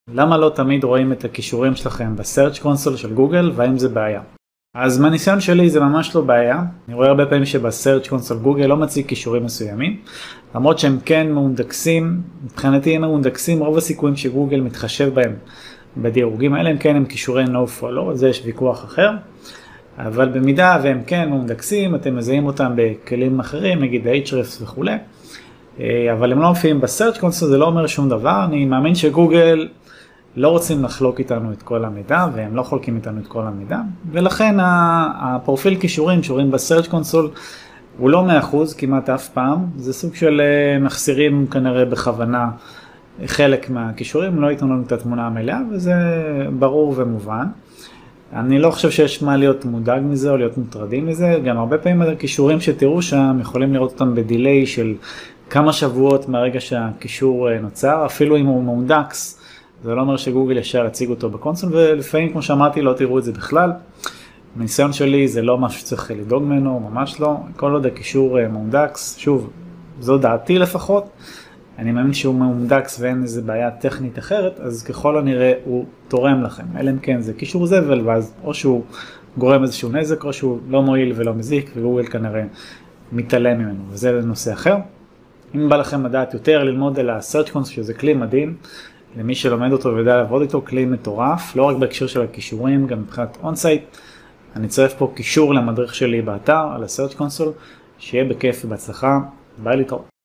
למה לא תמיד רואים את הכישורים שלכם ב-Search Console של גוגל, והאם זה בעיה? אז מהניסיון שלי זה ממש לא בעיה. אני רואה הרבה פעמים שב-Search Console גוגל לא מציג כישורים מסוימים, למרות שהם כן מאונדקסים. מבחינתי הם מאונדקסים, רוב הסיכויים שגוגל מתחשב בהם בדירוגים האלה, הם כן הם כישורי no follow, זה יש ויכוח אחר. אבל במידה והם כן מאונדקסים, אתם מזהים אותם בכלים אחרים, נגיד hrefs וכו'. אבל הם לא מופיעים ב-Search Console, זה לא אומר שום דבר. אני מאמין שגוגל לא רוצים לחלוק איתנו את כל המידע, והם לא חולקים איתנו את כל המידע, ולכן הפרופיל כישורים שורים ב-Search Console הוא לא 100% כמעט אף פעם. זה סוג של מחסירים כנראה בכוונה חלק מהכישורים, לא ייתנו לנו את התמונה המלאה, וזה ברור ומובן. אני לא חושב שיש מה להיות מודאג מזה או להיות מוטרדים מזה. גם הרבה פעמים הכישורים שתראו שם יכולים לראות אותם בדיליי של כמה שבועות מהרגע שהכישור נוצר, אפילו אם הוא מאונדקס, זה לא אומר שגוגל ישר יציג אותו בקונסול, ולפעמים כמו שאמרתי לא תראו את זה בכלל. מניסיון שלי זה לא משהו שצריך לדאוג ממנו, ממש לא. כל עוד הכישור מאונדקס, שוב, זו דעתי לפחות, אני מאמין שהוא מאונדקס ואין איזה בעיה טכנית אחרת, אז ככל הנראה הוא תורם לכם. אלא אם כן זה קישור זבל, ואז או שהוא גורם איזשהו נזק, או שהוא לא מועיל ולא מזיק, וגוגל כנראה מתעלם ממנו, וזה נושא אחר. אם בא לכם לדעת יותר, ללמוד על ה-Search Console, שזה כלי מדהים, למי שלומד אותו ויודע לעבוד איתו, כלי מטורף, לא רק בהקשר של הכישורים, גם מבחינת אונסייט. אני אצרף פה קישור למדריך שלי באתר על ה-Search Console, שיהיה בכיף ובהצלחה. ביי, להתראות.